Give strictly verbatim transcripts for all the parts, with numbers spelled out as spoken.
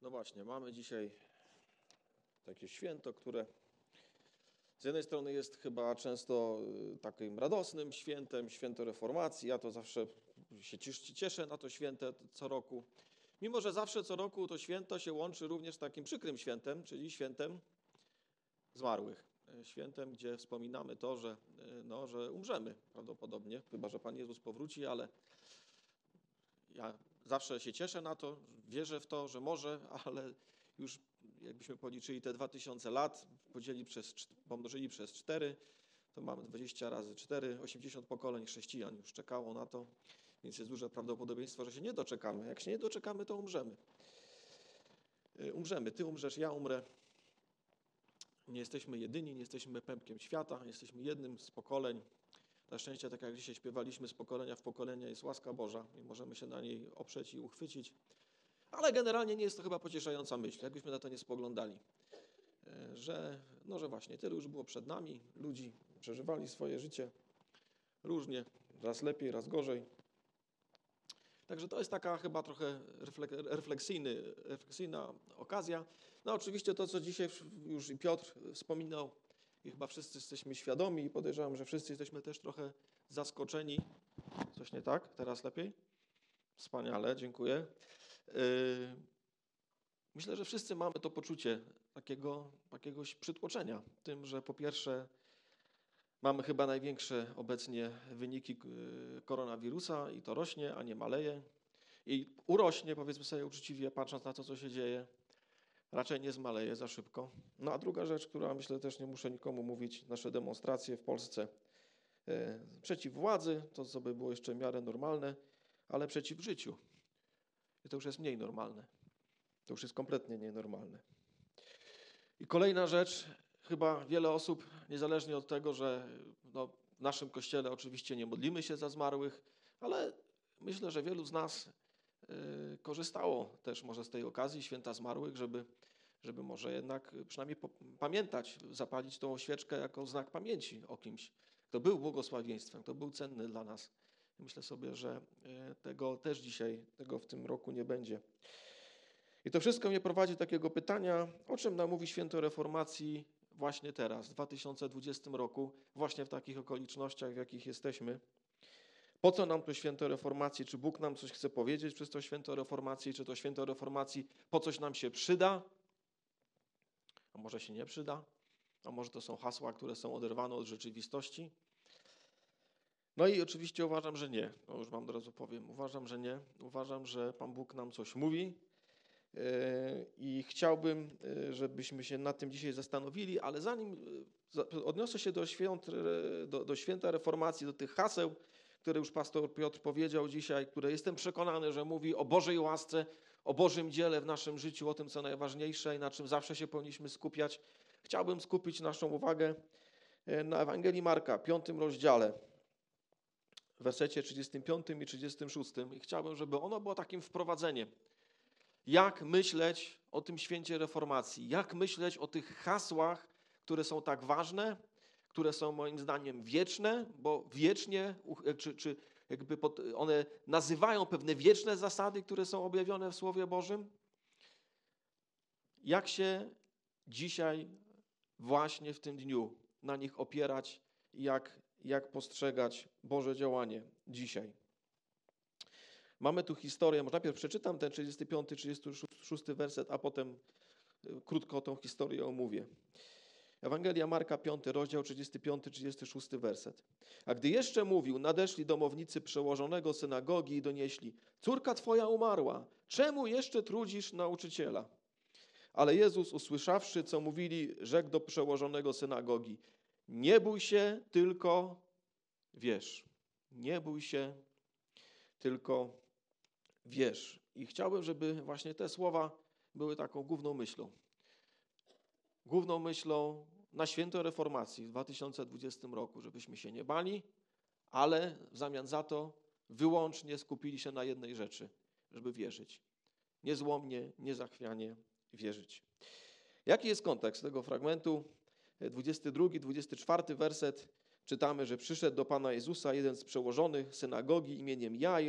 No właśnie, mamy dzisiaj takie święto, które z jednej strony jest chyba często y, takim radosnym świętem, święto reformacji. Ja to zawsze się ciesz- cieszę na to święto co roku. Mimo że zawsze co roku to święto się łączy również z takim przykrym świętem, czyli świętem zmarłych. Y, Świętem, gdzie wspominamy to, że, y, no, że umrzemy prawdopodobnie, chyba że Pan Jezus powróci, ale ja zawsze się cieszę na to, wierzę w to, że może, ale już jakbyśmy policzyli te dwa tysiące lat, podzieli przez, czt- pomnożyli przez cztery, to mamy dwadzieścia razy cztery, osiemdziesiąt pokoleń chrześcijan już czekało na to, więc jest duże prawdopodobieństwo, że się nie doczekamy. Jak się nie doczekamy, to umrzemy. Y, Umrzemy, ty umrzesz, ja umrę. Nie jesteśmy jedyni, nie jesteśmy pępkiem świata, jesteśmy jednym z pokoleń. Na szczęście, tak jak dzisiaj śpiewaliśmy, z pokolenia w pokolenie jest łaska Boża i możemy się na niej oprzeć i uchwycić. Ale generalnie nie jest to chyba pocieszająca myśl, jakbyśmy na to nie spoglądali. E, Że, no, że właśnie tyle już było przed nami, ludzi przeżywali swoje życie różnie, raz lepiej, raz gorzej. Także to jest taka chyba trochę reflek- refleksyjny, refleksyjna okazja. No oczywiście to, co dzisiaj już i Piotr wspominał, i chyba wszyscy jesteśmy świadomi i podejrzewam, że wszyscy jesteśmy też trochę zaskoczeni. Coś nie tak? Teraz lepiej? Wspaniale, dziękuję. Yy, Myślę, że wszyscy mamy to poczucie takiego, jakiegoś przytłoczenia tym, że po pierwsze mamy chyba największe obecnie wyniki yy, koronawirusa i to rośnie, a nie maleje. I urośnie, powiedzmy sobie uczciwie, patrząc na to, co się dzieje, raczej nie zmaleje za szybko. No a druga rzecz, która myślę też nie muszę nikomu mówić, nasze demonstracje w Polsce e, przeciw władzy, to co by było jeszcze w miarę normalne, ale przeciw życiu. I to już jest mniej normalne. To już jest kompletnie nienormalne. I kolejna rzecz, chyba wiele osób, niezależnie od tego, że no, w naszym kościele oczywiście nie modlimy się za zmarłych, ale myślę, że wielu z nas y, korzystało też może z tej okazji święta zmarłych, żeby, żeby może jednak przynajmniej po, pamiętać, zapalić tą świeczkę jako znak pamięci o kimś, kto był błogosławieństwem, kto był cenny dla nas. Myślę sobie, że y, tego też dzisiaj, tego w tym roku nie będzie. I to wszystko mnie prowadzi do takiego pytania, o czym nam mówi święto reformacji właśnie teraz, w dwa tysiące dwudziestym roku, właśnie w takich okolicznościach, w jakich jesteśmy. Po co nam to święto reformacji? Czy Bóg nam coś chce powiedzieć przez to święto reformacji? Czy to święto reformacji po coś nam się przyda? A może się nie przyda? A może to są hasła, które są oderwane od rzeczywistości? No i oczywiście uważam, że nie. No już wam od razu powiem. Uważam, że nie. Uważam, że Pan Bóg nam coś mówi. I chciałbym, żebyśmy się nad tym dzisiaj zastanowili, ale zanim odniosę się do, świąt, do, do święta reformacji, do tych haseł, które już pastor Piotr powiedział dzisiaj, które jestem przekonany, że mówi o Bożej łasce, o Bożym dziele w naszym życiu, o tym, co najważniejsze i na czym zawsze się powinniśmy skupiać. Chciałbym skupić naszą uwagę na Ewangelii Marka, piątym rozdziale, w wersecie trzydziestym piątym i trzydziestym szóstym. I chciałbym, żeby ono było takim wprowadzeniem. Jak myśleć o tym święcie reformacji? Jak myśleć o tych hasłach, które są tak ważne, które są moim zdaniem wieczne, bo wiecznie, czy, czy jakby pod, one nazywają pewne wieczne zasady, które są objawione w Słowie Bożym? Jak się dzisiaj właśnie w tym dniu na nich opierać i jak, jak postrzegać Boże działanie dzisiaj? Mamy tu historię, może najpierw przeczytam ten trzydziesty piąty, trzydziesty szósty werset, a potem krótko tą historię omówię. Ewangelia Marka, piąty rozdział, trzydziesty piąty, trzydziesty szósty werset. A gdy jeszcze mówił, nadeszli domownicy przełożonego synagogi i donieśli: córka twoja umarła, czemu jeszcze trudzisz nauczyciela? Ale Jezus, usłyszawszy, co mówili, rzekł do przełożonego synagogi: nie bój się, tylko wierz. Nie bój się, tylko wierz. I chciałbym, żeby właśnie te słowa były taką główną myślą. Główną myślą na święto reformacji w dwa tysiące dwudziestym roku, żebyśmy się nie bali, ale w zamian za to wyłącznie skupili się na jednej rzeczy, żeby wierzyć. Niezłomnie, niezachwianie wierzyć. Jaki jest kontekst tego fragmentu? dwudziesty drugi, dwudziesty czwarty werset. Czytamy, że przyszedł do Pana Jezusa jeden z przełożonych synagogi imieniem Jair,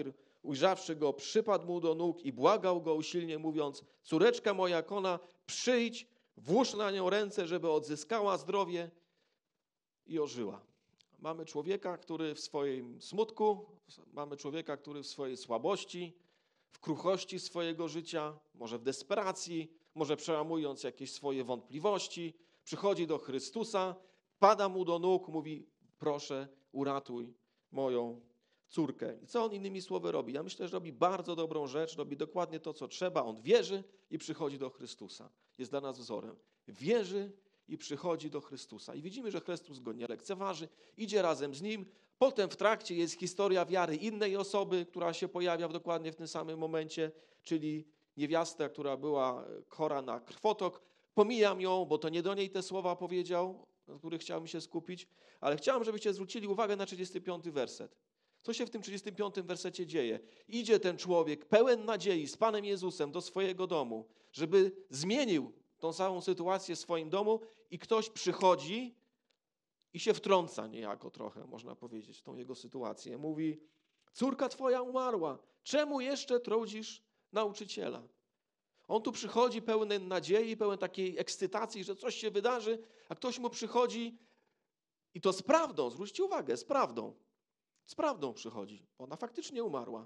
ujrzawszy go, przypadł mu do nóg i błagał go usilnie, mówiąc: córeczka moja kona, przyjdź, włóż na nią ręce, żeby odzyskała zdrowie i ożyła. Mamy człowieka, który w swoim smutku, mamy człowieka, który w swojej słabości, w kruchości swojego życia, może w desperacji, może przełamując jakieś swoje wątpliwości, przychodzi do Chrystusa, pada mu do nóg, mówi: proszę, uratuj moją córkę. I co on innymi słowy robi? Ja myślę, że robi bardzo dobrą rzecz, robi dokładnie to, co trzeba. On wierzy i przychodzi do Chrystusa. Jest dla nas wzorem. Wierzy i przychodzi do Chrystusa. I widzimy, że Chrystus go nie lekceważy, idzie razem z nim. Potem w trakcie jest historia wiary innej osoby, która się pojawia dokładnie w tym samym momencie, czyli niewiasta, która była chora na krwotok. Pomijam ją, bo to nie do niej te słowa powiedział, na których chciałem się skupić, ale chciałem, żebyście zwrócili uwagę na trzydziesty piąty werset. Co się w tym trzydziestym piątym wersecie dzieje? Idzie ten człowiek pełen nadziei z Panem Jezusem do swojego domu, żeby zmienił tą całą sytuację w swoim domu i ktoś przychodzi i się wtrąca niejako trochę, można powiedzieć, w tą jego sytuację. Mówi: córka twoja umarła, czemu jeszcze trudzisz nauczyciela? On tu przychodzi pełen nadziei, pełen takiej ekscytacji, że coś się wydarzy, a ktoś mu przychodzi i to z prawdą, zwróćcie uwagę, z prawdą. Z prawdą przychodzi. Ona faktycznie umarła.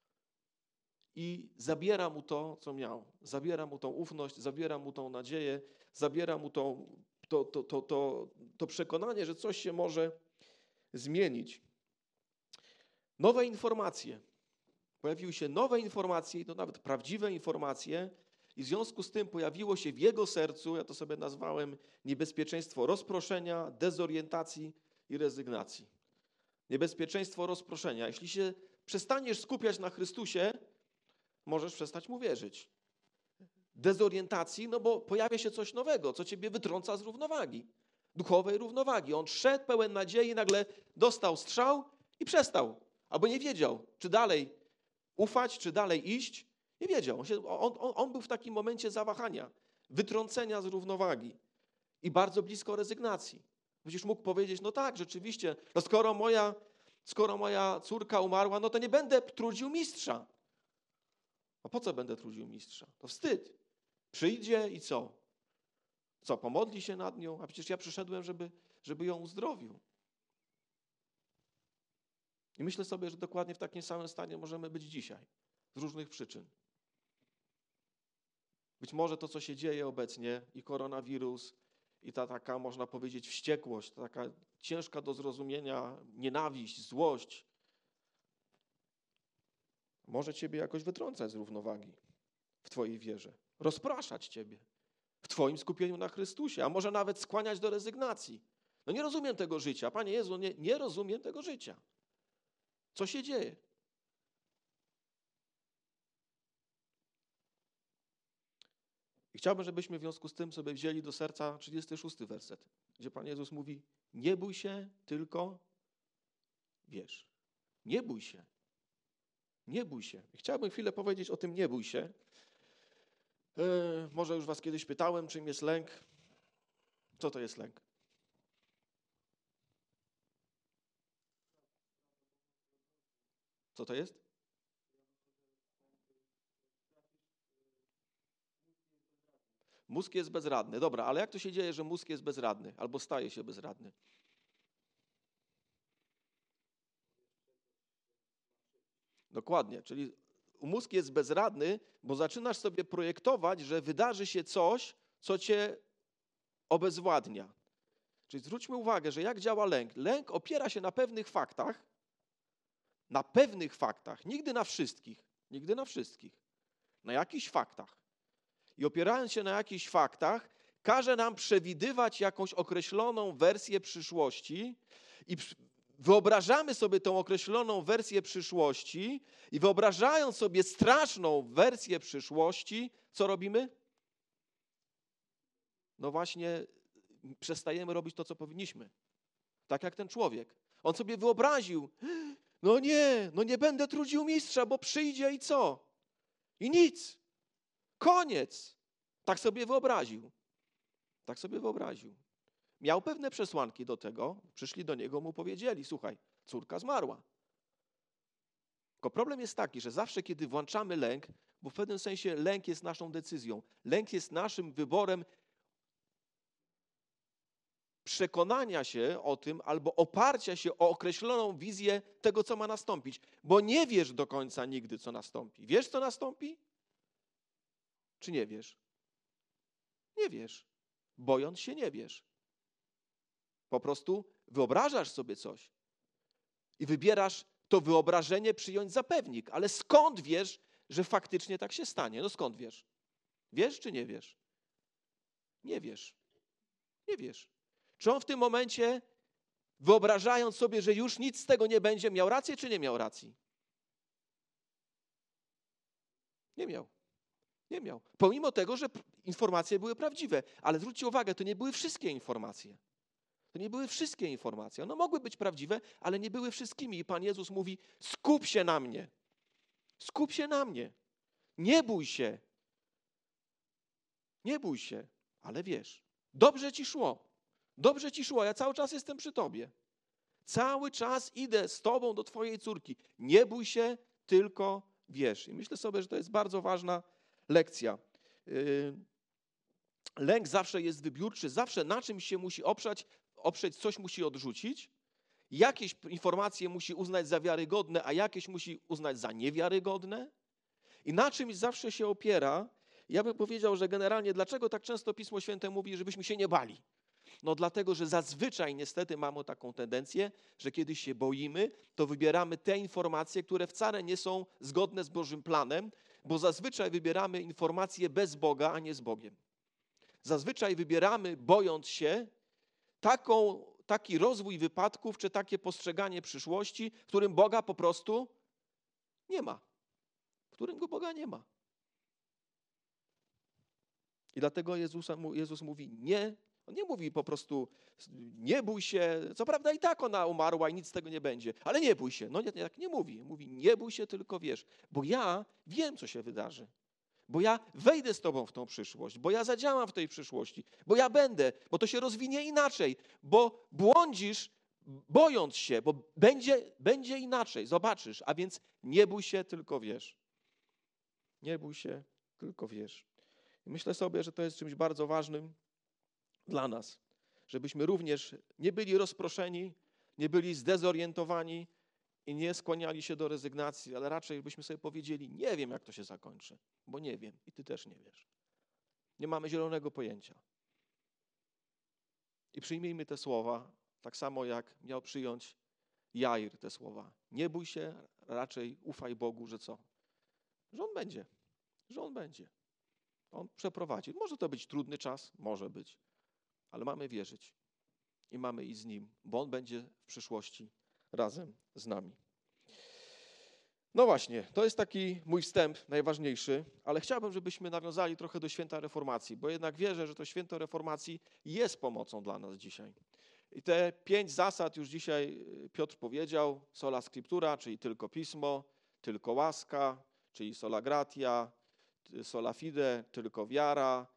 I zabiera mu to, co miał. Zabiera mu tą ufność, zabiera mu tą nadzieję, zabiera mu tą, to, to, to, to, to przekonanie, że coś się może zmienić. Nowe informacje. Pojawiły się nowe informacje, i to nawet prawdziwe informacje, i w związku z tym pojawiło się w jego sercu, ja to sobie nazwałem, niebezpieczeństwo rozproszenia, dezorientacji i rezygnacji. Niebezpieczeństwo rozproszenia. Jeśli się przestaniesz skupiać na Chrystusie, możesz przestać mu wierzyć. Dezorientacji, no bo pojawia się coś nowego, co ciebie wytrąca z równowagi, duchowej równowagi. On szedł pełen nadziei, nagle dostał strzał i przestał. Albo nie wiedział, czy dalej ufać, czy dalej iść. Nie wiedział. On, się, on, on, on był w takim momencie zawahania, wytrącenia z równowagi i bardzo blisko rezygnacji. Przecież mógł powiedzieć: no tak, rzeczywiście, no skoro moja, skoro moja córka umarła, no to nie będę trudził mistrza. A po co będę trudził mistrza? To wstyd. Przyjdzie i co? Co, pomodli się nad nią? A przecież ja przyszedłem, żeby, żeby ją uzdrowił. I myślę sobie, że dokładnie w takim samym stanie możemy być dzisiaj. Z różnych przyczyn. Być może to, co się dzieje obecnie, i koronawirus, i ta taka, można powiedzieć, wściekłość, ta taka ciężka do zrozumienia nienawiść, złość, może ciebie jakoś wytrącać z równowagi w twojej wierze, rozpraszać ciebie w twoim skupieniu na Chrystusie, a może nawet skłaniać do rezygnacji. No nie rozumiem tego życia. Panie Jezu, nie, nie rozumiem tego życia. Co się dzieje? I chciałbym, żebyśmy w związku z tym sobie wzięli do serca trzydziesty szósty werset, gdzie Pan Jezus mówi: nie bój się, tylko wierz. Nie bój się. Nie bój się. I chciałbym chwilę powiedzieć o tym nie bój się. Yy, może już was kiedyś pytałem, czym jest lęk. Co to jest lęk? Co to jest? Mózg jest bezradny. Dobra, ale jak to się dzieje, że mózg jest bezradny albo staje się bezradny? Dokładnie, czyli mózg jest bezradny, bo zaczynasz sobie projektować, że wydarzy się coś, co cię obezwładnia. Czyli zwróćmy uwagę, że jak działa lęk. Lęk opiera się na pewnych faktach, na pewnych faktach, nigdy na wszystkich, nigdy na wszystkich, na jakichś faktach. I opierając się na jakichś faktach, każe nam przewidywać jakąś określoną wersję przyszłości i wyobrażamy sobie tą określoną wersję przyszłości i wyobrażając sobie straszną wersję przyszłości, co robimy? No właśnie przestajemy robić to, co powinniśmy. Tak jak ten człowiek. On sobie wyobraził: no nie, no nie będę trudził mistrza, bo przyjdzie i co? I nic. Koniec. Tak sobie wyobraził. Tak sobie wyobraził. Miał pewne przesłanki do tego. Przyszli do niego, mu powiedzieli: słuchaj, córka zmarła. Tylko problem jest taki, że zawsze, kiedy włączamy lęk, bo w pewnym sensie lęk jest naszą decyzją, lęk jest naszym wyborem przekonania się o tym albo oparcia się o określoną wizję tego, co ma nastąpić, bo nie wiesz do końca nigdy, co nastąpi. Wiesz, co nastąpi? Czy nie wiesz? Nie wiesz. Bojąc się, nie wiesz. Po prostu wyobrażasz sobie coś i wybierasz to wyobrażenie przyjąć za pewnik. Ale skąd wiesz, że faktycznie tak się stanie? No skąd wiesz? Wiesz czy nie wiesz? Nie wiesz. Nie wiesz. Czy on w tym momencie, wyobrażając sobie, że już nic z tego nie będzie, miał rację czy nie miał racji? Nie miał. Nie miał. Pomimo tego, że informacje były prawdziwe. Ale zwróćcie uwagę, to nie były wszystkie informacje. To nie były wszystkie informacje. One mogły być prawdziwe, ale nie były wszystkimi. I Pan Jezus mówi, skup się na mnie. Skup się na mnie. Nie bój się. Nie bój się, ale wiesz, dobrze ci szło. Dobrze ci szło, ja cały czas jestem przy tobie. Cały czas idę z tobą do twojej córki. Nie bój się, tylko wierz. I myślę sobie, że to jest bardzo ważna lekcja. Yy, lęk zawsze jest wybiórczy, zawsze na czymś się musi oprzeć, oprzeć, coś musi odrzucić. Jakieś informacje musi uznać za wiarygodne, a jakieś musi uznać za niewiarygodne. I na czymś zawsze się opiera. Ja bym powiedział, że generalnie dlaczego tak często Pismo Święte mówi, żebyśmy się nie bali? No dlatego, że zazwyczaj niestety mamy taką tendencję, że kiedy się boimy, to wybieramy te informacje, które wcale nie są zgodne z Bożym planem, bo zazwyczaj wybieramy informacje bez Boga, a nie z Bogiem. Zazwyczaj wybieramy, bojąc się, taką, taki rozwój wypadków, czy takie postrzeganie przyszłości, w którym Boga po prostu nie ma. W którym go Boga nie ma. I dlatego Jezus, Jezus mówi nie. On nie mówi po prostu nie bój się. Co prawda i tak ona umarła i nic z tego nie będzie. Ale nie bój się. No nie, tak nie mówi. Mówi nie bój się, tylko wiesz. Bo ja wiem, co się wydarzy. Bo ja wejdę z tobą w tą przyszłość. Bo ja zadziałam w tej przyszłości. Bo ja będę. Bo to się rozwinie inaczej. Bo błądzisz, bojąc się. Bo będzie, będzie inaczej. Zobaczysz. A więc nie bój się, tylko wiesz. Nie bój się, tylko wiesz. I myślę sobie, że to jest czymś bardzo ważnym dla nas, żebyśmy również nie byli rozproszeni, nie byli zdezorientowani i nie skłaniali się do rezygnacji, ale raczej byśmy sobie powiedzieli, nie wiem, jak to się zakończy, bo nie wiem i ty też nie wiesz. Nie mamy zielonego pojęcia. I przyjmijmy te słowa, tak samo jak miał przyjąć Jair te słowa. Nie bój się, raczej ufaj Bogu, że co? Że On będzie, że On będzie. On przeprowadzi. Może to być trudny czas, może być, ale mamy wierzyć i mamy iść z Nim, bo On będzie w przyszłości razem z nami. No właśnie, to jest taki mój wstęp najważniejszy, ale chciałbym, żebyśmy nawiązali trochę do Święta Reformacji, bo jednak wierzę, że to Święto Reformacji jest pomocą dla nas dzisiaj. I te pięć zasad już dzisiaj Piotr powiedział, sola scriptura, czyli tylko Pismo, tylko łaska, czyli sola gratia, sola fide, tylko wiara,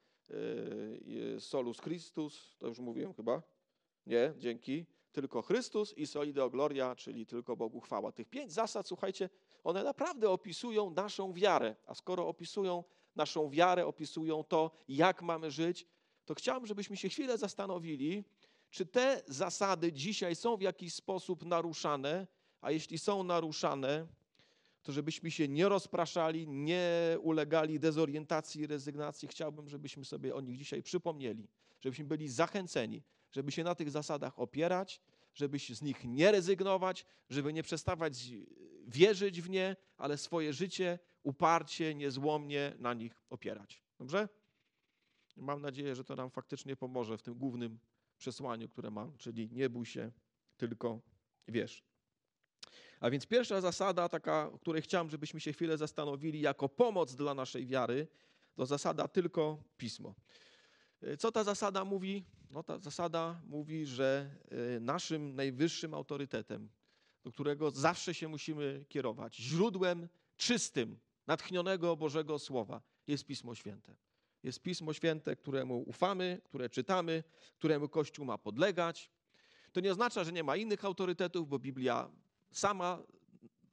solus Christus, to już mówiłem chyba, nie, dzięki, tylko Chrystus i soli deo gloria, czyli tylko Bogu chwała. Tych pięć zasad, słuchajcie, one naprawdę opisują naszą wiarę, a skoro opisują naszą wiarę, opisują to, jak mamy żyć, to chciałbym, żebyśmy się chwilę zastanowili, czy te zasady dzisiaj są w jakiś sposób naruszane, a jeśli są naruszane, to żebyśmy się nie rozpraszali, nie ulegali dezorientacji i rezygnacji. Chciałbym, żebyśmy sobie o nich dzisiaj przypomnieli, żebyśmy byli zachęceni, żeby się na tych zasadach opierać, żeby z nich nie rezygnować, żeby nie przestawać wierzyć w nie, ale swoje życie uparcie, niezłomnie na nich opierać. Dobrze? Mam nadzieję, że to nam faktycznie pomoże w tym głównym przesłaniu, które mam, czyli nie bój się, tylko wierz. A więc pierwsza zasada, taka, o której chciałem, żebyśmy się chwilę zastanowili, jako pomoc dla naszej wiary, to zasada tylko Pismo. Co ta zasada mówi? No ta zasada mówi, że naszym najwyższym autorytetem, do którego zawsze się musimy kierować, źródłem czystym, natchnionego Bożego Słowa jest Pismo Święte. Jest Pismo Święte, któremu ufamy, które czytamy, któremu Kościół ma podlegać. To nie oznacza, że nie ma innych autorytetów, bo Biblia sama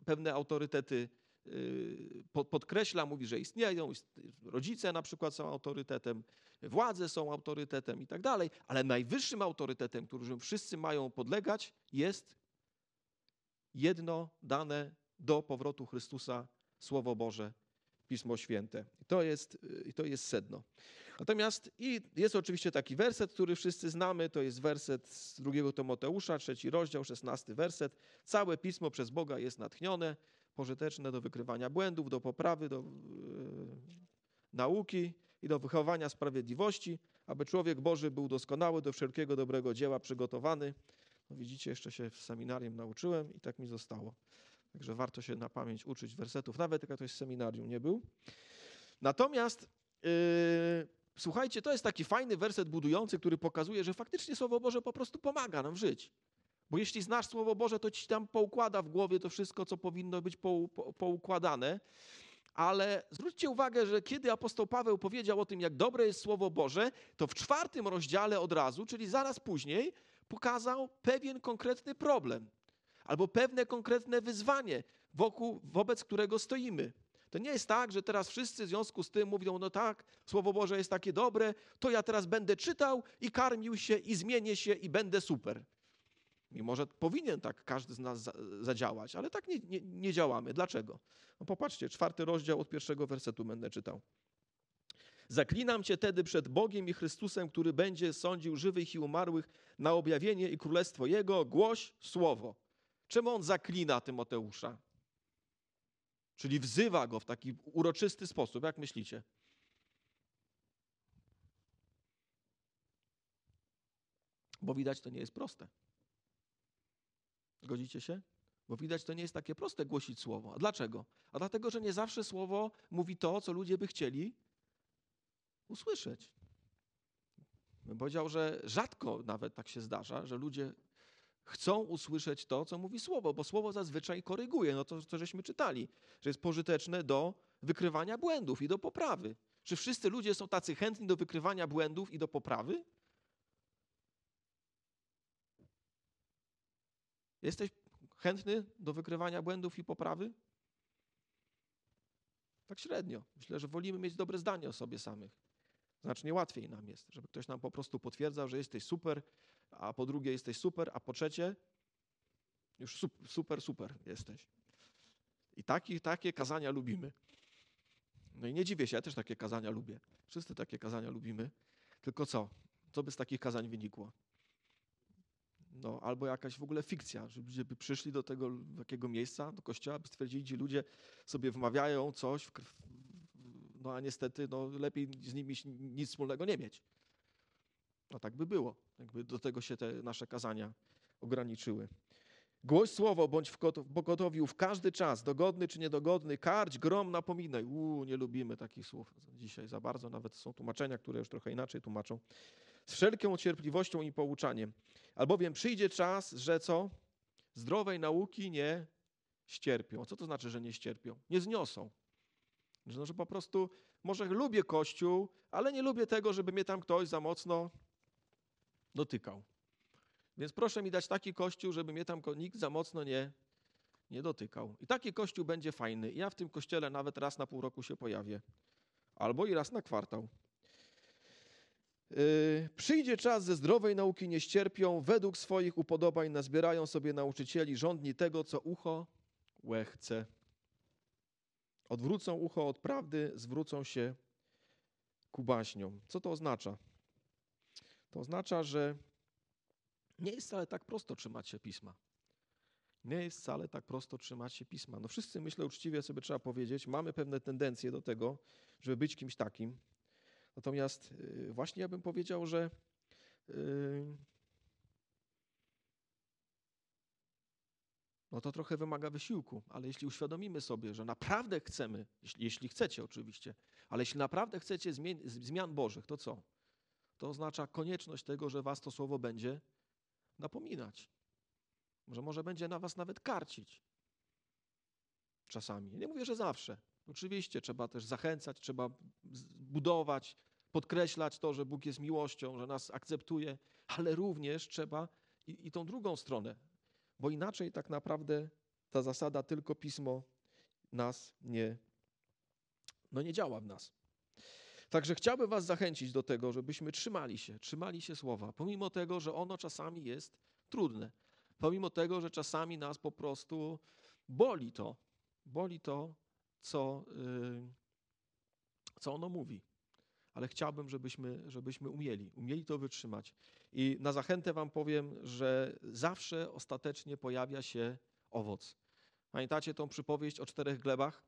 pewne autorytety podkreśla, mówi, że istnieją, rodzice na przykład są autorytetem, władze są autorytetem i tak dalej, ale najwyższym autorytetem, którym wszyscy mają podlegać, jest jedno dane do powrotu Chrystusa, Słowo Boże, Pismo Święte. I to jest, i to jest sedno. Natomiast i jest oczywiście taki werset, który wszyscy znamy, to jest werset z drugiego Tymoteusza, trzeci rozdział, szesnasty werset. Całe Pismo przez Boga jest natchnione, pożyteczne do wykrywania błędów, do poprawy, do yy, nauki i do wychowania sprawiedliwości, aby człowiek Boży był doskonały, do wszelkiego dobrego dzieła przygotowany. No widzicie, jeszcze się w seminarium nauczyłem i tak mi zostało. Także warto się na pamięć uczyć wersetów, nawet jak ktoś z seminarium nie był. Natomiast yy, słuchajcie, to jest taki fajny werset budujący, który pokazuje, że faktycznie Słowo Boże po prostu pomaga nam żyć. Bo jeśli znasz Słowo Boże, to ci tam poukłada w głowie to wszystko, co powinno być pou, pou, poukładane. Ale zwróćcie uwagę, że kiedy apostoł Paweł powiedział o tym, jak dobre jest Słowo Boże, to w czwartym rozdziale od razu, czyli zaraz później, pokazał pewien konkretny problem albo pewne konkretne wyzwanie, wokół, wobec którego stoimy. To nie jest tak, że teraz wszyscy w związku z tym mówią, no tak, Słowo Boże jest takie dobre, to ja teraz będę czytał i karmił się i zmienię się i będę super. Mimo że powinien tak każdy z nas zadziałać, ale tak nie, nie, nie działamy. Dlaczego? No popatrzcie, czwarty rozdział od pierwszego wersetu będę czytał. Zaklinam cię tedy przed Bogiem i Chrystusem, który będzie sądził żywych i umarłych na objawienie i królestwo Jego, głoś słowo. Czemu on zaklina Tymoteusza? Czyli wzywa go w taki uroczysty sposób. Jak myślicie? Bo widać, to nie jest proste. Zgodzicie się? Bo widać, to nie jest takie proste głosić słowo. A dlaczego? A dlatego, że nie zawsze słowo mówi to, co ludzie by chcieli usłyszeć. Bym powiedział, że rzadko nawet tak się zdarza, że ludzie chcą usłyszeć to, co mówi słowo, bo słowo zazwyczaj koryguje. No to, co żeśmy czytali, że jest pożyteczne do wykrywania błędów i do poprawy. Czy wszyscy ludzie są tacy chętni do wykrywania błędów i do poprawy? Jesteś chętny do wykrywania błędów i poprawy? Tak średnio. Myślę, że wolimy mieć dobre zdanie o sobie samych. Znacznie łatwiej nam jest, żeby ktoś nam po prostu potwierdzał, że jesteś super, a po drugie jesteś super, a po trzecie już super, super jesteś. I taki, takie kazania lubimy. No i nie dziwię się, ja też takie kazania lubię. Wszyscy takie kazania lubimy. Tylko co? Co by z takich kazań wynikło? No, albo jakaś w ogóle fikcja, że ludzie by przyszli do tego takiego miejsca, do kościoła, by stwierdzili, że ludzie sobie wmawiają coś, no a niestety no, lepiej z nimi nic wspólnego nie mieć. No tak by było, jakby do tego się te nasze kazania ograniczyły. Głoś słowo, bądź w pogotowiu w każdy czas, dogodny czy niedogodny, karć, grom, napominaj. Uuu, nie lubimy takich słów dzisiaj za bardzo, nawet są tłumaczenia, które już trochę inaczej tłumaczą. Z wszelką cierpliwością i pouczaniem. Albowiem przyjdzie czas, że co? Zdrowej nauki nie ścierpią. Co to znaczy, że nie ścierpią? Nie zniosą. Że, no, że po prostu może lubię Kościół, ale nie lubię tego, żeby mnie tam ktoś za mocno dotykał. Więc proszę mi dać taki Kościół, żeby mnie tam nikt za mocno nie, nie dotykał. I taki Kościół będzie fajny. I ja w tym kościele nawet raz na pół roku się pojawię. Albo i raz na kwartał. Yy, przyjdzie czas, ze zdrowej nauki nie ścierpią, według swoich upodobań nazbierają sobie nauczycieli żądni tego, co ucho łechce. Odwrócą ucho od prawdy, zwrócą się ku baśniom. Co to oznacza? To oznacza, że nie jest wcale tak prosto trzymać się Pisma. Nie jest wcale tak prosto trzymać się Pisma. No wszyscy, myślę, uczciwie sobie trzeba powiedzieć, mamy pewne tendencje do tego, żeby być kimś takim. Natomiast yy, właśnie ja bym powiedział, że yy, no to trochę wymaga wysiłku, ale jeśli uświadomimy sobie, że naprawdę chcemy, jeśli, jeśli chcecie oczywiście, ale jeśli naprawdę chcecie zmian, zmian Bożych, to co? To oznacza konieczność tego, że was to słowo będzie napominać. Że może będzie na was nawet karcić. Czasami. Nie mówię, że zawsze. Oczywiście trzeba też zachęcać, trzeba budować, podkreślać to, że Bóg jest miłością, że nas akceptuje, ale również trzeba i, i tą drugą stronę, bo inaczej tak naprawdę ta zasada tylko Pismo nas nie, no nie działa w nas. Także chciałbym was zachęcić do tego, żebyśmy trzymali się, trzymali się słowa, pomimo tego, że ono czasami jest trudne, pomimo tego, że czasami nas po prostu boli to, boli to, co, yy, co ono mówi. Ale chciałbym, żebyśmy, żebyśmy umieli, umieli to wytrzymać. I na zachętę wam powiem, że zawsze ostatecznie pojawia się owoc. Pamiętacie tą przypowieść o czterech glebach?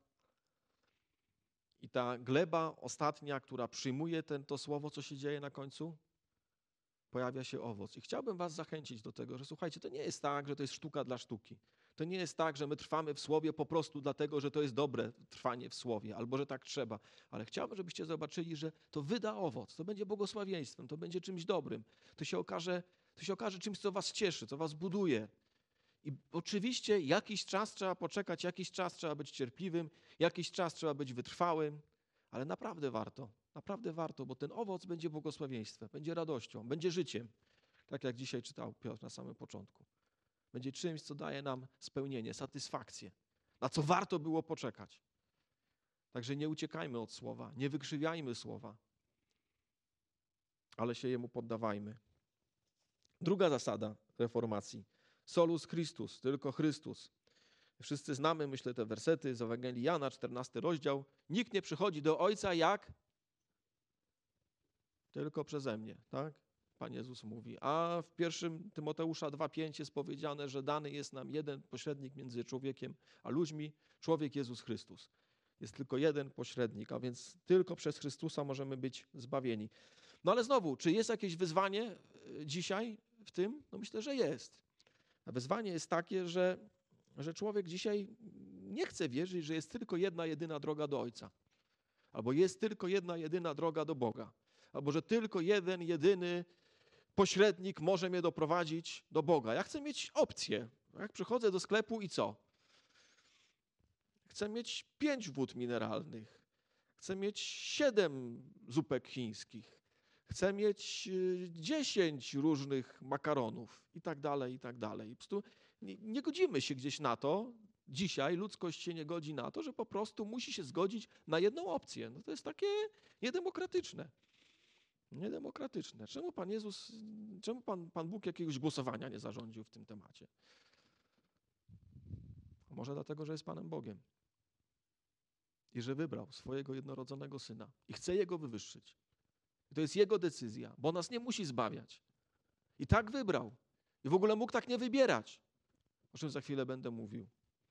I ta gleba ostatnia, która przyjmuje ten, to słowo, co się dzieje na końcu, pojawia się owoc. I chciałbym was zachęcić do tego, że słuchajcie, to nie jest tak, że to jest sztuka dla sztuki. To nie jest tak, że my trwamy w słowie po prostu dlatego, że to jest dobre trwanie w słowie, albo że tak trzeba. Ale chciałbym, żebyście zobaczyli, że to wyda owoc, to będzie błogosławieństwem, to będzie czymś dobrym. To się okaże, to się okaże czymś, co was cieszy, co was buduje. I oczywiście jakiś czas trzeba poczekać, jakiś czas trzeba być cierpliwym, jakiś czas trzeba być wytrwałym, ale naprawdę warto, naprawdę warto, bo ten owoc będzie błogosławieństwem, będzie radością, będzie życiem, tak jak dzisiaj czytał Piotr na samym początku. Będzie czymś, co daje nam spełnienie, satysfakcję, na co warto było poczekać. Także nie uciekajmy od słowa, nie wykrzywiajmy słowa, ale się jemu poddawajmy. Druga zasada reformacji. Solus Christus, tylko Chrystus. Wszyscy znamy, myślę, te wersety z Ewangelii Jana, czternasty rozdział. Nikt nie przychodzi do Ojca jak? Tylko przeze mnie, tak? Pan Jezus mówi. A w pierwszym Tymoteusza dwa pięć jest powiedziane, że dany jest nam jeden pośrednik między człowiekiem a ludźmi, człowiek Jezus Chrystus. Jest tylko jeden pośrednik, a więc tylko przez Chrystusa możemy być zbawieni. No ale znowu, czy jest jakieś wyzwanie dzisiaj w tym? No myślę, że jest. A wyzwanie jest takie, że, że człowiek dzisiaj nie chce wierzyć, że jest tylko jedna, jedyna droga do Ojca. Albo jest tylko jedna, jedyna droga do Boga. Albo że tylko jeden, jedyny pośrednik może mnie doprowadzić do Boga. Ja chcę mieć opcję. Jak przychodzę do sklepu i co? Chcę mieć pięć wód mineralnych. Chcę mieć siedem zupek chińskich. Chcę mieć dziesięć różnych makaronów i tak dalej, i tak dalej. Po prostu nie, nie godzimy się gdzieś na to. Dzisiaj ludzkość się nie godzi na to, że po prostu musi się zgodzić na jedną opcję. No to jest takie niedemokratyczne. Niedemokratyczne. Czemu Pan Jezus, czemu Pan, Pan Bóg jakiegoś głosowania nie zarządził w tym temacie? A może dlatego, że jest Panem Bogiem i że wybrał swojego jednorodzonego Syna i chce Jego wywyższyć. I to jest Jego decyzja, bo nas nie musi zbawiać. I tak wybrał. I w ogóle mógł tak nie wybierać, o czym za chwilę będę mówił.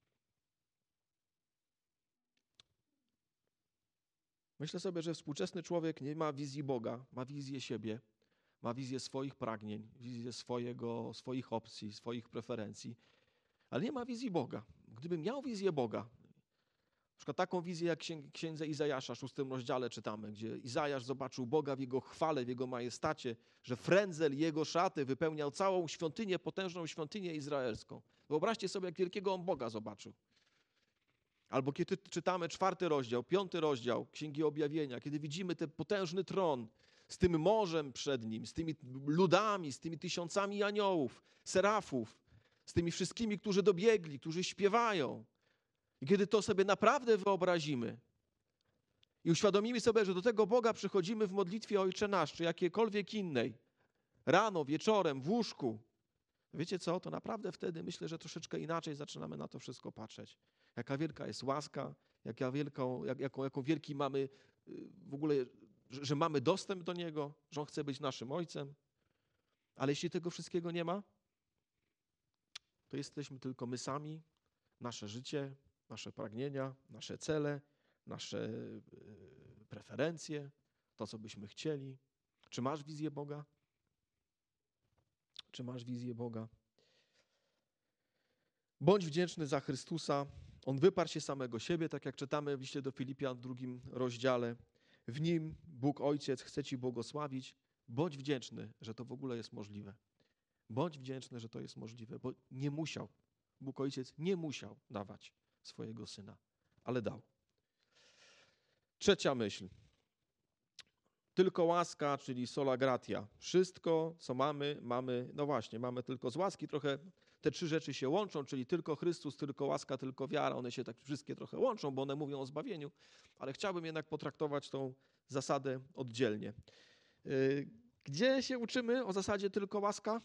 Myślę sobie, że współczesny człowiek nie ma wizji Boga, ma wizję siebie, ma wizję swoich pragnień, wizję swojego, swoich opcji, swoich preferencji, ale nie ma wizji Boga. Gdybym miał wizję Boga, na przykład taką wizję jak w księdze Izajasza, w szóstym rozdziale czytamy, gdzie Izajasz zobaczył Boga w Jego chwale, w Jego majestacie, że frędzel Jego szaty wypełniał całą świątynię, potężną świątynię izraelską. Wyobraźcie sobie, jak wielkiego on Boga zobaczył. Albo kiedy czytamy czwarty rozdział, piąty rozdział Księgi Objawienia, kiedy widzimy ten potężny tron z tym morzem przed nim, z tymi ludami, z tymi tysiącami aniołów, serafów, z tymi wszystkimi, którzy dobiegli, którzy śpiewają. I kiedy to sobie naprawdę wyobrazimy i uświadomimy sobie, że do tego Boga przychodzimy w modlitwie Ojcze Nasz, czy jakiejkolwiek innej, rano, wieczorem, w łóżku, wiecie co, to naprawdę wtedy myślę, że troszeczkę inaczej zaczynamy na to wszystko patrzeć. Jaka wielka jest łaska, jaka wielką, jak, jaką, jaką wielki mamy w ogóle, że, że mamy dostęp do Niego, że On chce być naszym Ojcem. Ale jeśli tego wszystkiego nie ma, to jesteśmy tylko my sami, nasze życie, nasze pragnienia, nasze cele, nasze preferencje, to, co byśmy chcieli. Czy masz wizję Boga? Czy masz wizję Boga? Bądź wdzięczny za Chrystusa. On wyparł się samego siebie, tak jak czytamy w liście do Filipian w drugim rozdziale. W Nim Bóg Ojciec chce Ci błogosławić. Bądź wdzięczny, że to w ogóle jest możliwe. Bądź wdzięczny, że to jest możliwe, bo nie musiał. Bóg Ojciec nie musiał dawać swojego Syna, ale dał. Trzecia myśl. Tylko łaska, czyli sola gratia. Wszystko, co mamy, mamy, no właśnie, mamy tylko z łaski. Trochę te trzy rzeczy się łączą, czyli tylko Chrystus, tylko łaska, tylko wiara. One się tak wszystkie trochę łączą, bo one mówią o zbawieniu, ale chciałbym jednak potraktować tą zasadę oddzielnie. Gdzie się uczymy o zasadzie tylko łaska?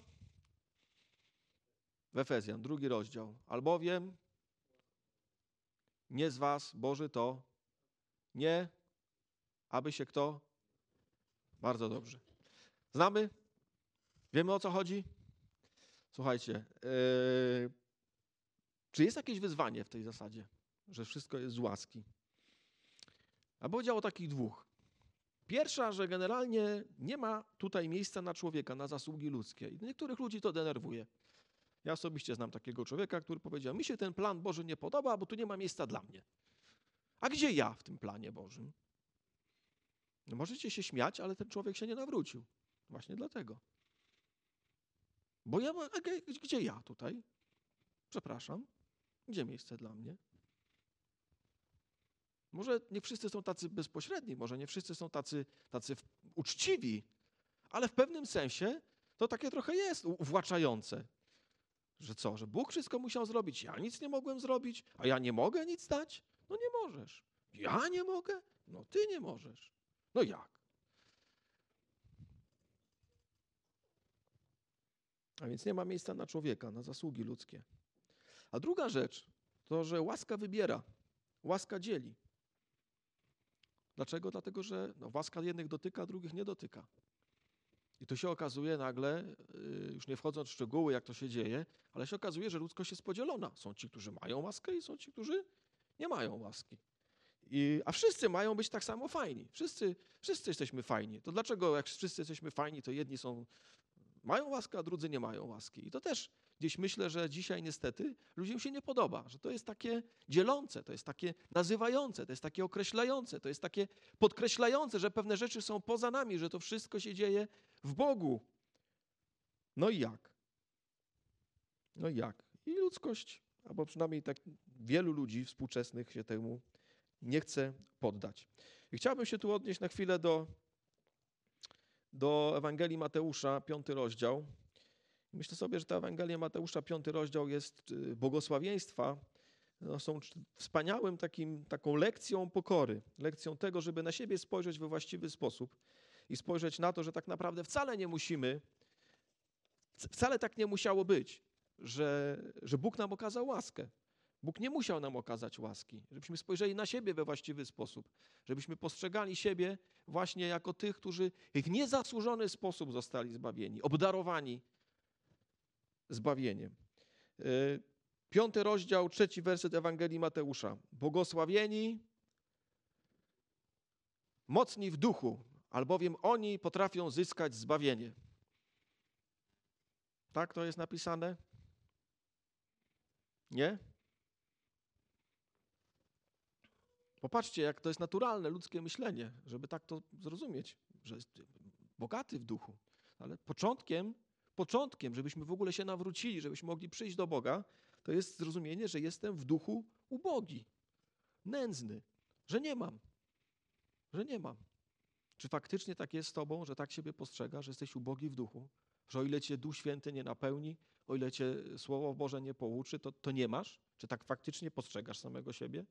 W Efezjan, drugi rozdział. Albowiem nie z was, Boży, to nie, aby się kto? Bardzo dobrze. Znamy? Wiemy, o co chodzi? Słuchajcie, yy, czy jest jakieś wyzwanie w tej zasadzie, że wszystko jest z łaski? A powiedział o takich dwóch. Pierwsza, że generalnie nie ma tutaj miejsca na człowieka, na zasługi ludzkie. I niektórych ludzi to denerwuje. Ja osobiście znam takiego człowieka, który powiedział, mi się ten plan Boży nie podoba, bo tu nie ma miejsca dla mnie. A gdzie ja w tym planie Bożym? No możecie się śmiać, ale ten człowiek się nie nawrócił. Właśnie dlatego. Bo ja, a gdzie ja tutaj? Przepraszam. Gdzie miejsce dla mnie? Może nie wszyscy są tacy bezpośredni, może nie wszyscy są tacy, tacy uczciwi, ale w pewnym sensie to takie trochę jest uwłaczające. Że co, że Bóg wszystko musiał zrobić, ja nic nie mogłem zrobić, a ja nie mogę nic dać? No nie możesz. Ja nie mogę? No ty nie możesz. No jak? A więc nie ma miejsca na człowieka, na zasługi ludzkie. A druga rzecz to, że łaska wybiera, łaska dzieli. Dlaczego? Dlatego, że no, łaska jednych dotyka, drugich nie dotyka. I to się okazuje nagle, już nie wchodząc w szczegóły, jak to się dzieje, ale się okazuje, że ludzkość jest podzielona. Są ci, którzy mają łaskę i są ci, którzy nie mają łaski. I, a wszyscy mają być tak samo fajni. Wszyscy, wszyscy jesteśmy fajni. To dlaczego jak wszyscy jesteśmy fajni, to jedni są, mają łaskę, a drudzy nie mają łaski. I to też gdzieś myślę, że dzisiaj niestety ludziom się nie podoba, że to jest takie dzielące, to jest takie nazywające, to jest takie określające, to jest takie podkreślające, że pewne rzeczy są poza nami, że to wszystko się dzieje w Bogu. No i jak? No i jak? I ludzkość, albo przynajmniej tak wielu ludzi współczesnych się temu nie chce poddać. I chciałbym się tu odnieść na chwilę do, do Ewangelii Mateusza, piąty rozdział. Myślę sobie, że ta Ewangelia Mateusza, piąty rozdział jest błogosławieństwa, no, są wspaniałym takim, taką lekcją pokory, lekcją tego, żeby na siebie spojrzeć we właściwy sposób i spojrzeć na to, że tak naprawdę wcale nie musimy, wcale tak nie musiało być, że, że Bóg nam okazał łaskę. Bóg nie musiał nam okazać łaski, żebyśmy spojrzeli na siebie we właściwy sposób, żebyśmy postrzegali siebie właśnie jako tych, którzy w niezasłużony sposób zostali zbawieni, obdarowani zbawieniem. Piąty rozdział, trzeci werset Ewangelii Mateusza. Błogosławieni mocni w duchu, albowiem oni potrafią zyskać zbawienie. Tak to jest napisane? Nie? Popatrzcie, jak to jest naturalne ludzkie myślenie, żeby tak to zrozumieć, że jest bogaty w duchu. Ale początkiem, początkiem, żebyśmy w ogóle się nawrócili, żebyśmy mogli przyjść do Boga, to jest zrozumienie, że jestem w duchu ubogi, nędzny, że nie mam, że nie mam. Czy faktycznie tak jest z tobą, że tak siebie postrzegasz, że jesteś ubogi w duchu, że o ile cię Duch Święty nie napełni, o ile cię Słowo Boże nie pouczy, to, to nie masz? Czy tak faktycznie postrzegasz samego siebie?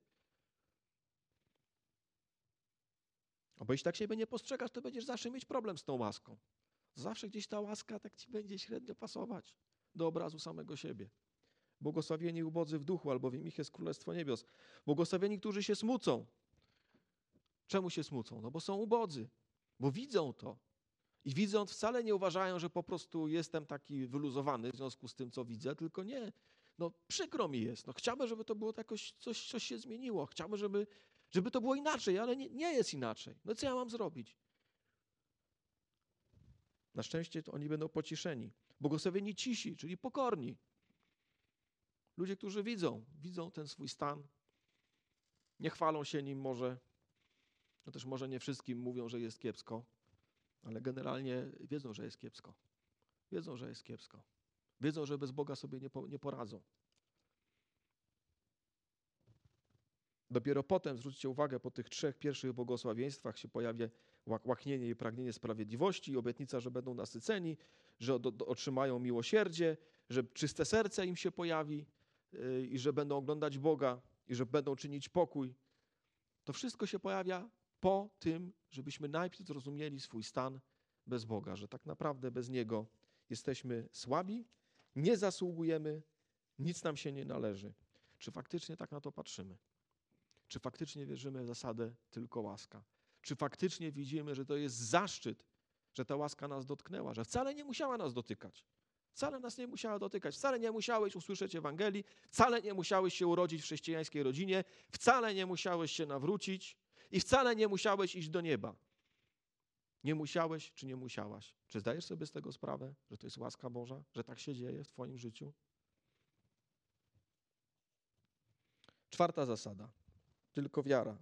Bo jeśli tak siebie nie postrzegasz, to będziesz zawsze mieć problem z tą łaską. Zawsze gdzieś ta łaska tak ci będzie średnio pasować do obrazu samego siebie. Błogosławieni ubodzy w duchu, albowiem ich jest Królestwo Niebios. Błogosławieni, którzy się smucą. Czemu się smucą? No bo są ubodzy, bo widzą to. I widząc wcale nie uważają, że po prostu jestem taki wyluzowany w związku z tym, co widzę, tylko nie. No przykro mi jest. No chciałbym, żeby to było jakoś, coś, coś się zmieniło. Chciałbym, żeby, żeby to było inaczej, ale nie, nie jest inaczej. No co ja mam zrobić? Na szczęście to oni będą pocieszeni. Błogosławieni cisi, czyli pokorni. Ludzie, którzy widzą, widzą ten swój stan. Nie chwalą się nim może. No też może nie wszystkim mówią, że jest kiepsko, ale generalnie wiedzą, że jest kiepsko. Wiedzą, że jest kiepsko. Wiedzą, że bez Boga sobie nie, po, nie poradzą. Dopiero potem, zwróćcie uwagę, po tych trzech pierwszych błogosławieństwach się pojawia łaknienie i pragnienie sprawiedliwości i obietnica, że będą nasyceni, że do, do, otrzymają miłosierdzie, że czyste serce im się pojawi yy, i że będą oglądać Boga i że będą czynić pokój. To wszystko się pojawia po tym, żebyśmy najpierw zrozumieli swój stan bez Boga, że tak naprawdę bez Niego jesteśmy słabi, nie zasługujemy, nic nam się nie należy. Czy faktycznie tak na to patrzymy? Czy faktycznie wierzymy w zasadę tylko łaska? Czy faktycznie widzimy, że to jest zaszczyt, że ta łaska nas dotknęła, że wcale nie musiała nas dotykać? Wcale nas nie musiała dotykać, wcale nie musiałeś usłyszeć Ewangelii, wcale nie musiałeś się urodzić w chrześcijańskiej rodzinie, wcale nie musiałeś się nawrócić i wcale nie musiałeś iść do nieba. Nie musiałeś czy nie musiałaś? Czy zdajesz sobie z tego sprawę, że to jest łaska Boża, że tak się dzieje w twoim życiu? Czwarta zasada. Tylko wiara.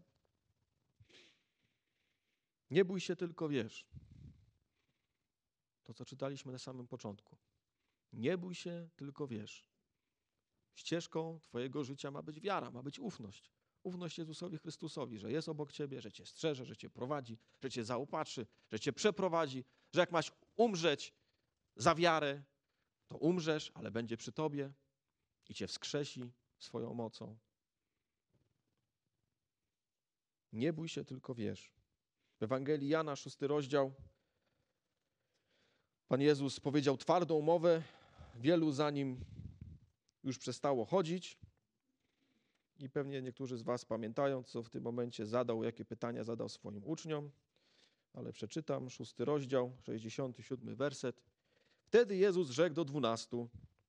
Nie bój się, tylko wierz. To, co czytaliśmy na samym początku. Nie bój się, tylko wierz. Ścieżką twojego życia ma być wiara, ma być ufność. Ufność Jezusowi Chrystusowi, że jest obok ciebie, że cię strzeże, że cię prowadzi, że cię zaopatrzy, że cię przeprowadzi, że jak masz umrzeć za wiarę, to umrzesz, ale będzie przy tobie i cię wskrzesi swoją mocą. Nie bój się, tylko wierz. W Ewangelii Jana, szósty rozdział, Pan Jezus powiedział twardą mowę, wielu za Nim już przestało chodzić i pewnie niektórzy z was pamiętają, co w tym momencie zadał, jakie pytania zadał swoim uczniom, ale przeczytam, szósty rozdział, sześćdziesiąty siódmy werset. Wtedy Jezus rzekł do dwunastu: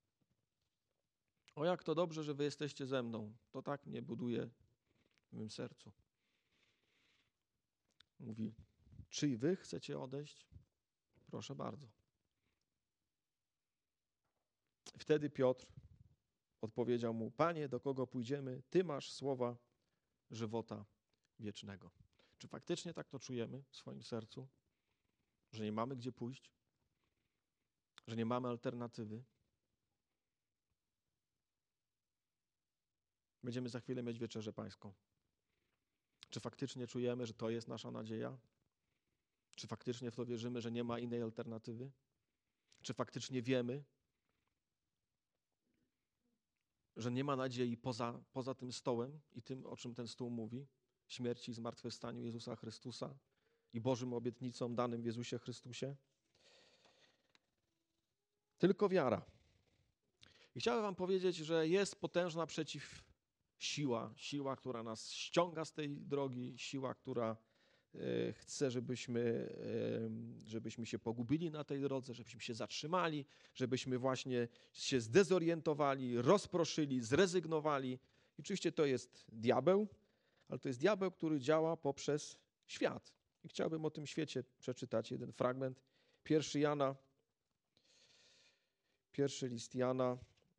o, jak to dobrze, że wy jesteście ze mną, to tak mnie buduje w mym sercu. Mówi, czy i wy chcecie odejść? Proszę bardzo. Wtedy Piotr odpowiedział mu, Panie, do kogo pójdziemy? Ty masz słowa żywota wiecznego. Czy faktycznie tak to czujemy w swoim sercu? Że nie mamy gdzie pójść? Że nie mamy alternatywy? Będziemy za chwilę mieć wieczerzę pańską. Czy faktycznie czujemy, że to jest nasza nadzieja? Czy faktycznie w to wierzymy, że nie ma innej alternatywy? Czy faktycznie wiemy, że nie ma nadziei poza, poza tym stołem i tym, o czym ten stół mówi? Śmierci i zmartwychwstaniu Jezusa Chrystusa i Bożym obietnicom danym w Jezusie Chrystusie? Tylko wiara. I chciałem wam powiedzieć, że jest potężna przeciwsiła, siła, która nas ściąga z tej drogi, siła, która e, chce, żebyśmy, e, żebyśmy się pogubili na tej drodze, żebyśmy się zatrzymali, żebyśmy właśnie się zdezorientowali, rozproszyli, zrezygnowali. I oczywiście to jest diabeł, ale to jest diabeł, który działa poprzez świat. I chciałbym o tym świecie przeczytać jeden fragment. Pierwszy Jana, pierwszy list Jana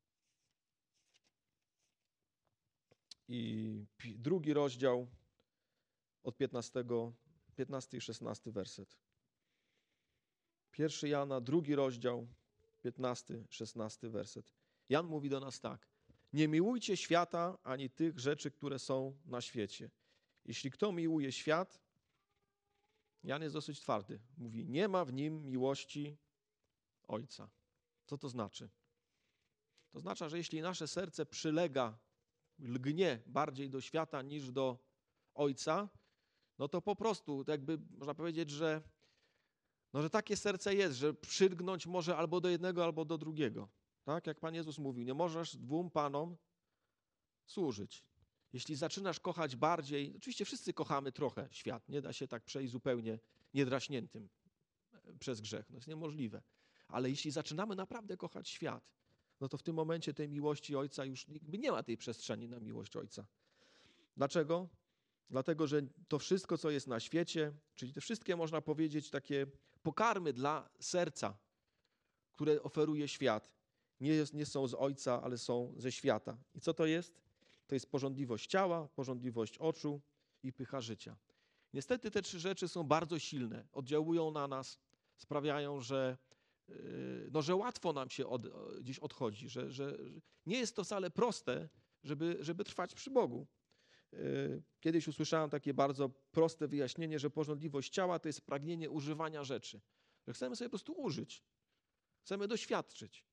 i drugi rozdział od piętnastego, piętnasty i szesnasty werset. Pierwszy Jana, drugi rozdział, piętnasty, szesnasty werset. Jan mówi do nas tak. Nie miłujcie świata, ani tych rzeczy, które są na świecie. Jeśli kto miłuje świat, Jan jest dosyć twardy. Mówi, nie ma w nim miłości Ojca. Co to znaczy? To znaczy, że jeśli nasze serce przylega, lgnie bardziej do świata niż do Ojca, no to po prostu jakby można powiedzieć, że, no, że takie serce jest, że przylgnąć może albo do jednego, albo do drugiego. Tak? Jak Pan Jezus mówił, nie możesz dwóm Panom służyć. Jeśli zaczynasz kochać bardziej, oczywiście wszyscy kochamy trochę świat, nie da się tak przejść zupełnie niedraśniętym przez grzech, no jest niemożliwe. Ale jeśli zaczynamy naprawdę kochać świat, no to w tym momencie tej miłości Ojca już jakby nie ma tej przestrzeni na miłość Ojca. Dlaczego? Dlatego, że to wszystko, co jest na świecie, czyli te wszystkie, można powiedzieć, takie pokarmy dla serca, które oferuje świat, nie, jest, nie są z Ojca, ale są ze świata. I co to jest? To jest pożądliwość ciała, pożądliwość oczu i pycha życia. Niestety te trzy rzeczy są bardzo silne, oddziałują na nas, sprawiają, że, no, że łatwo nam się od, gdzieś odchodzi, że, że nie jest to wcale proste, żeby, żeby trwać przy Bogu. Kiedyś usłyszałem takie bardzo proste wyjaśnienie, że pożądliwość ciała to jest pragnienie używania rzeczy. Że chcemy sobie po prostu użyć. Chcemy doświadczyć.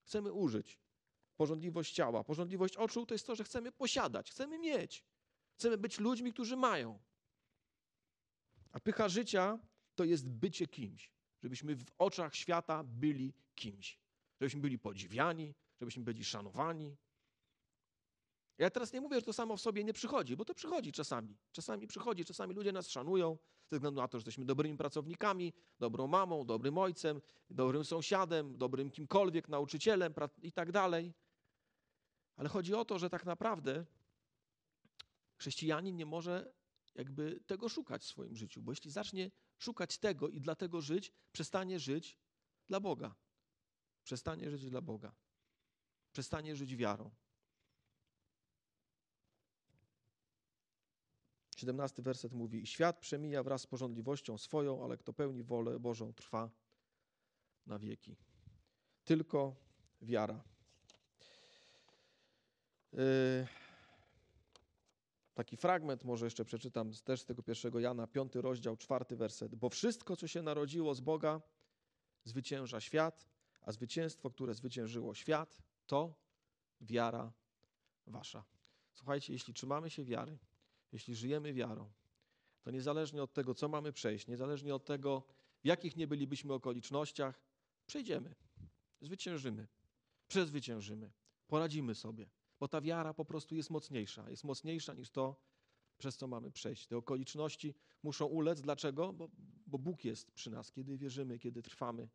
chcemy użyć. Pożądliwość ciała, pożądliwość oczu to jest to, że chcemy posiadać, chcemy mieć. Chcemy być ludźmi, którzy mają. A pycha życia to jest bycie kimś. Żebyśmy w oczach świata byli kimś. Żebyśmy byli podziwiani, żebyśmy byli szanowani. Ja teraz nie mówię, że to samo w sobie nie przychodzi, bo to przychodzi czasami. Czasami przychodzi, czasami ludzie nas szanują ze względu na to, że jesteśmy dobrymi pracownikami, dobrą mamą, dobrym ojcem, dobrym sąsiadem, dobrym kimkolwiek, nauczycielem i tak dalej. Ale chodzi o to, że tak naprawdę chrześcijanin nie może jakby tego szukać w swoim życiu, bo jeśli zacznie szukać tego i dlatego żyć, przestanie żyć dla Boga. Przestanie żyć dla Boga. Przestanie żyć wiarą. siedemnasty werset mówi: świat przemija wraz z pożądliwością swoją, ale kto pełni wolę Bożą, trwa na wieki. Tylko wiara. Yy, taki fragment może jeszcze przeczytam też z tego pierwszego Jana, piąty rozdział, czwarty werset. Bo wszystko, co się narodziło z Boga, zwycięża świat, a zwycięstwo, które zwyciężyło świat, to wiara wasza. Słuchajcie, jeśli trzymamy się wiary, jeśli żyjemy wiarą, to niezależnie od tego, co mamy przejść, niezależnie od tego, w jakich nie bylibyśmy okolicznościach, przejdziemy, zwyciężymy, przezwyciężymy, poradzimy sobie, bo ta wiara po prostu jest mocniejsza, jest mocniejsza niż to, przez co mamy przejść. Te okoliczności muszą ulec. Dlaczego? Bo, bo Bóg jest przy nas, kiedy wierzymy, kiedy trwamy.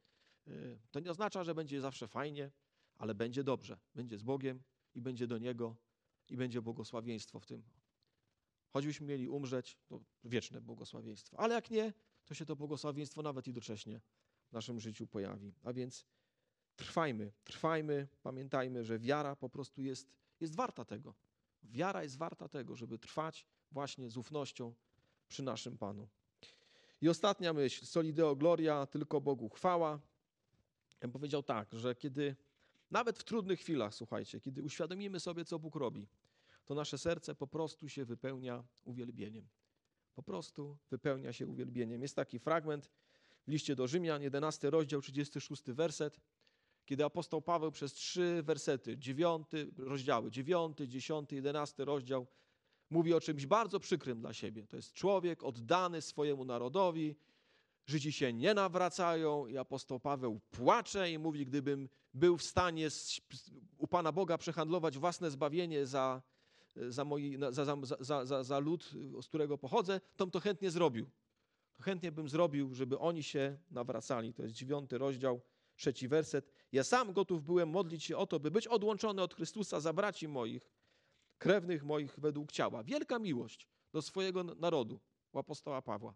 To nie oznacza, że będzie zawsze fajnie, ale będzie dobrze, będzie z Bogiem i będzie do Niego i będzie błogosławieństwo w tym. Choćbyśmy mieli umrzeć, to wieczne błogosławieństwo. Ale jak nie, to się to błogosławieństwo nawet i docześnie w naszym życiu pojawi. A więc trwajmy, trwajmy, pamiętajmy, że wiara po prostu jest, jest warta tego. Wiara jest warta tego, żeby trwać właśnie z ufnością przy naszym Panu. I ostatnia myśl, soli Deo gloria, tylko Bogu chwała. Ja bym powiedział tak, że kiedy nawet w trudnych chwilach, słuchajcie, kiedy uświadomimy sobie, co Bóg robi, to nasze serce po prostu się wypełnia uwielbieniem. Po prostu wypełnia się uwielbieniem. Jest taki fragment w liście do Rzymian, jedenasty rozdział, trzydziesty szósty werset, kiedy apostoł Paweł przez trzy wersety, dziewiąty rozdziały, dziewiąty, dziesiąty, jedenasty rozdział, mówi o czymś bardzo przykrym dla siebie. To jest człowiek oddany swojemu narodowi, Żydzi się nie nawracają i apostoł Paweł płacze i mówi, gdybym był w stanie u Pana Boga przehandlować własne zbawienie za, za, moi, za, za, za, za, za lud, z którego pochodzę, to bym to chętnie zrobił. To chętnie bym zrobił, żeby oni się nawracali. To jest dziewiąty rozdział, trzeci werset. Ja sam gotów byłem modlić się o to, by być odłączony od Chrystusa za braci moich, krewnych moich według ciała. Wielka miłość do swojego narodu u apostoła Pawła.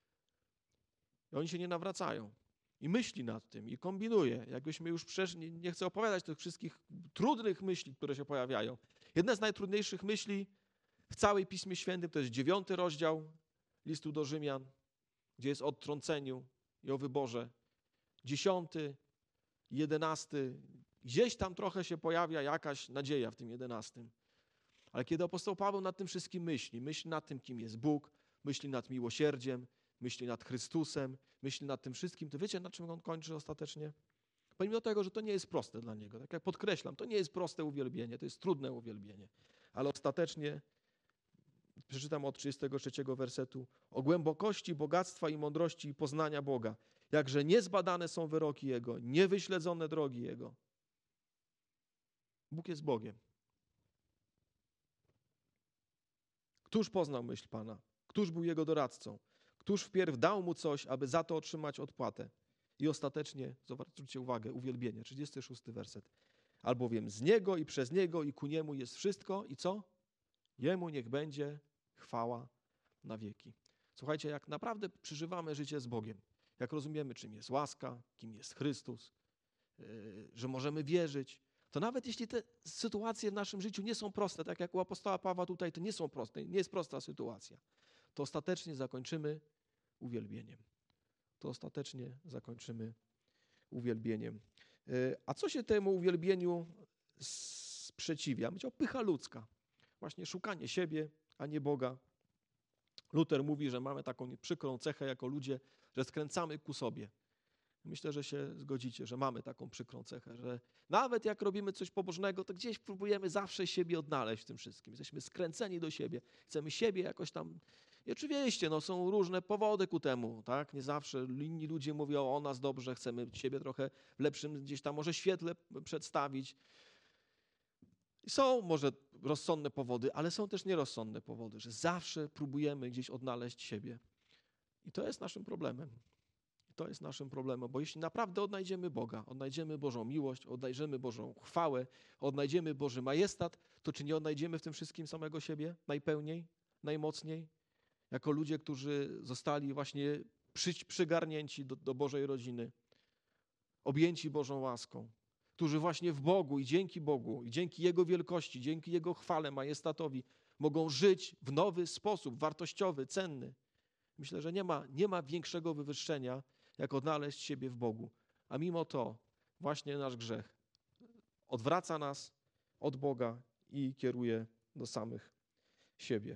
I oni się nie nawracają. I myśli nad tym, i kombinuje. Jakbyśmy już przeszli, nie chcę opowiadać tych wszystkich trudnych myśli, które się pojawiają. Jedna z najtrudniejszych myśli w całej Piśmie Świętym to jest dziewiąty rozdział listu do Rzymian, gdzie jest o odtrąceniu i o wyborze. Dziesiąty, jedenasty, gdzieś tam trochę się pojawia jakaś nadzieja w tym jedenastym. Ale kiedy apostoł Paweł nad tym wszystkim myśli, myśli nad tym, kim jest Bóg, myśli nad miłosierdziem, myśli nad Chrystusem, myśli nad tym wszystkim, to wiecie, na czym on kończy ostatecznie? Pomimo tego, że to nie jest proste dla niego. Tak jak podkreślam, to nie jest proste uwielbienie, to jest trudne uwielbienie. Ale ostatecznie, przeczytam od trzydziestego trzeciego wersetu, o głębokości, bogactwa i mądrości i poznania Boga, jakże niezbadane są wyroki Jego, niewyśledzone drogi Jego. Bóg jest Bogiem. Któż poznał myśl Pana? Któż był Jego doradcą? Któż wpierw dał Mu coś, aby za to otrzymać odpłatę? I ostatecznie, zwróćcie uwagę, uwielbienie, trzydziesty szósty werset. Albowiem z Niego i przez Niego i ku Niemu jest wszystko i co? Jemu niech będzie chwała na wieki. Słuchajcie, jak naprawdę przeżywamy życie z Bogiem, jak rozumiemy, czym jest łaska, kim jest Chrystus, yy, że możemy wierzyć, to nawet jeśli te sytuacje w naszym życiu nie są proste, tak jak u apostoła Pawła tutaj, to nie są proste, nie jest prosta sytuacja, to ostatecznie zakończymy uwielbieniem. To ostatecznie zakończymy uwielbieniem. A co się temu uwielbieniu sprzeciwia? Powiedział, pycha ludzka. Właśnie szukanie siebie, a nie Boga. Luter mówi, że mamy taką przykrą cechę jako ludzie, że skręcamy ku sobie. Myślę, że się zgodzicie, że mamy taką przykrą cechę, że nawet jak robimy coś pobożnego, to gdzieś próbujemy zawsze siebie odnaleźć w tym wszystkim. Jesteśmy skręceni do siebie, chcemy siebie jakoś tam... I oczywiście no, są różne powody ku temu, tak? Nie zawsze inni ludzie mówią o nas dobrze, chcemy siebie trochę w lepszym gdzieś tam może świetle przedstawić. Są może rozsądne powody, ale są też nierozsądne powody, że zawsze próbujemy gdzieś odnaleźć siebie. I to jest naszym problemem. To jest naszym problemem, bo jeśli naprawdę odnajdziemy Boga, odnajdziemy Bożą miłość, odnajdziemy Bożą chwałę, odnajdziemy Boży majestat, to czy nie odnajdziemy w tym wszystkim samego siebie najpełniej, najmocniej? Jako ludzie, którzy zostali właśnie przy, przygarnięci do, do Bożej rodziny, objęci Bożą łaską, którzy właśnie w Bogu i dzięki Bogu, i dzięki Jego wielkości, dzięki Jego chwale, majestatowi mogą żyć w nowy sposób, wartościowy, cenny. Myślę, że nie ma, nie ma większego wywyższenia, jak odnaleźć siebie w Bogu. A mimo to właśnie nasz grzech odwraca nas od Boga i kieruje do samych siebie.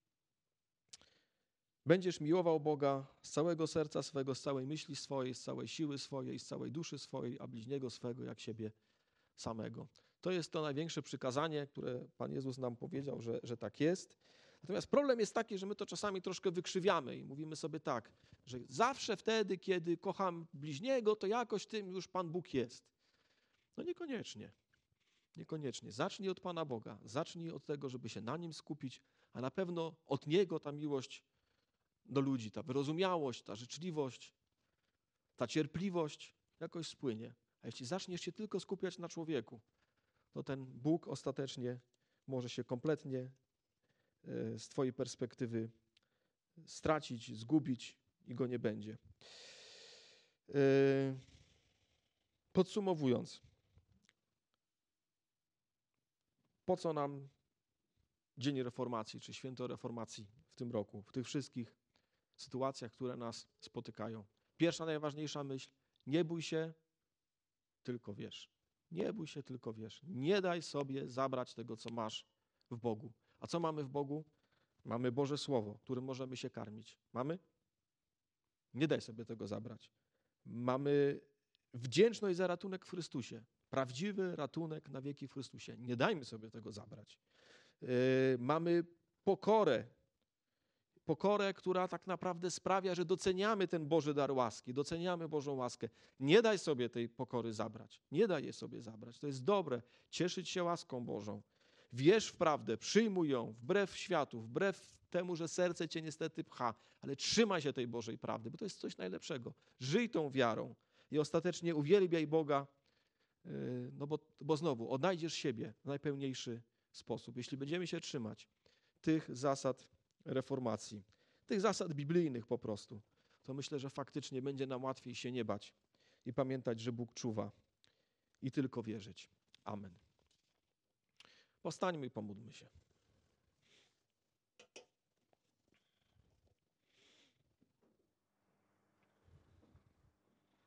Będziesz miłował Boga z całego serca swego, z całej myśli swojej, z całej siły swojej, z całej duszy swojej, a bliźniego swego jak siebie samego. To jest to największe przykazanie, które Pan Jezus nam powiedział, że, że tak jest. Natomiast problem jest taki, że my to czasami troszkę wykrzywiamy i mówimy sobie tak, że zawsze wtedy, kiedy kocham bliźniego, to jakoś tym już Pan Bóg jest. No niekoniecznie. Niekoniecznie. Zacznij od Pana Boga. Zacznij od tego, żeby się na Nim skupić, a na pewno od Niego ta miłość do ludzi, ta wyrozumiałość, ta życzliwość, ta cierpliwość jakoś spłynie. A jeśli zaczniesz się tylko skupiać na człowieku, to ten Bóg ostatecznie może się kompletnie z twojej perspektywy stracić, zgubić i go nie będzie. Podsumowując, po co nam Dzień Reformacji, czy Święto Reformacji w tym roku, w tych wszystkich sytuacjach, które nas spotykają? Pierwsza, najważniejsza myśl, nie bój się, tylko wierz. Nie bój się, tylko wierz. Nie daj sobie zabrać tego, co masz w Bogu. A co mamy w Bogu? Mamy Boże Słowo, którym możemy się karmić. Mamy? Nie daj sobie tego zabrać. Mamy wdzięczność za ratunek w Chrystusie. Prawdziwy ratunek na wieki w Chrystusie. Nie dajmy sobie tego zabrać. Yy, mamy pokorę. Pokorę, która tak naprawdę sprawia, że doceniamy ten Boży dar łaski, doceniamy Bożą łaskę. Nie daj sobie tej pokory zabrać. Nie daj jej sobie zabrać. To jest dobre. Cieszyć się łaską Bożą. Wierz w prawdę, przyjmuj ją, wbrew światu, wbrew temu, że serce cię niestety pcha, ale trzymaj się tej Bożej prawdy, bo to jest coś najlepszego. Żyj tą wiarą i ostatecznie uwielbiaj Boga, no bo, bo znowu odnajdziesz siebie w najpełniejszy sposób. Jeśli będziemy się trzymać tych zasad reformacji, tych zasad biblijnych po prostu, to myślę, że faktycznie będzie nam łatwiej się nie bać i pamiętać, że Bóg czuwa i tylko wierzyć. Amen. Powstańmy i pomódlmy się.